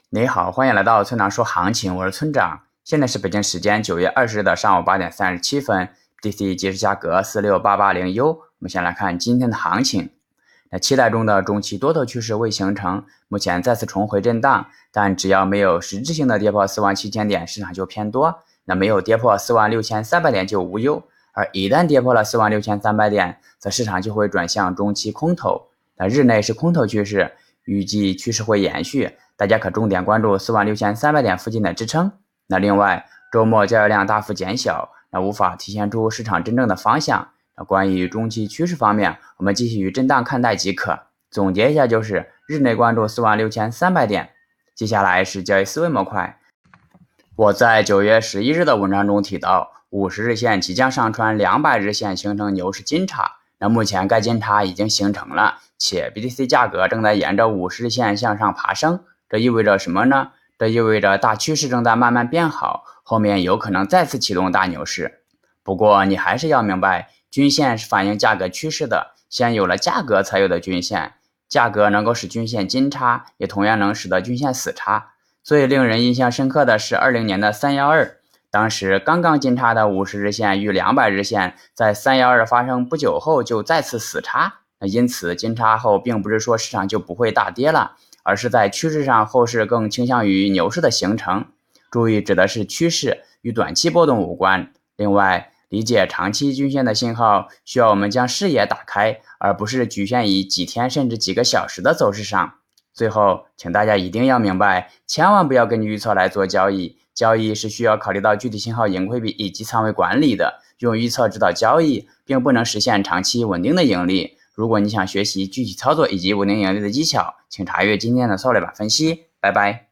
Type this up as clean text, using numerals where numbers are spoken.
你好，欢迎来到村长说行情，我是村长。现在是北京时间9月20日的上午8点37分，BTC 即时价格46880U。我们先来看今天的行情。期待中的中期多头趋势未形成，目前再次重回震荡，但只要没有实质性的跌破47000点，市场就偏多。没有跌破46300点就无忧，而一旦跌破了46300点，则市场就会转向中期空头。日内是空头趋势，预计趋势会延续。大家可重点关注46300点附近的支撑。另外，周末交易量大幅减小，无法体现出市场真正的方向。关于中期趋势方面，我们继续震荡看待即可。总结一下就是日内关注46300点。接下来是交易思维模块。我在9月11日的文章中提到，50日线即将上穿200日线，形成牛市金叉。目前该金叉已经形成了，且 BTC 价格正在沿着50日线向上爬升。这意味着什么呢？这意味着大趋势正在慢慢变好，后面有可能再次启动大牛市。不过你还是要明白，均线是反映价格趋势的，先有了价格才有的均线，价格能够使均线金叉，也同样能使得均线死叉。最令人印象深刻的是20年的312，当时刚刚金叉的50日线与200日线在312发生不久后就再次死叉。因此金叉后并不是说市场就不会大跌了，而是在趋势上后市更倾向于牛市的形成。注意，指的是趋势，与短期波动无关。另外，理解长期均线的信号，需要我们将视野打开，而不是局限于几天甚至几个小时的走势上。最后，请大家一定要明白，千万不要根据预测来做交易，交易是需要考虑到具体信号盈亏比以及仓位管理的。用预测指导交易，并不能实现长期稳定的盈利。如果你想学习具体操作以及稳定盈利的技巧，请查阅今天的策略版分析。拜拜。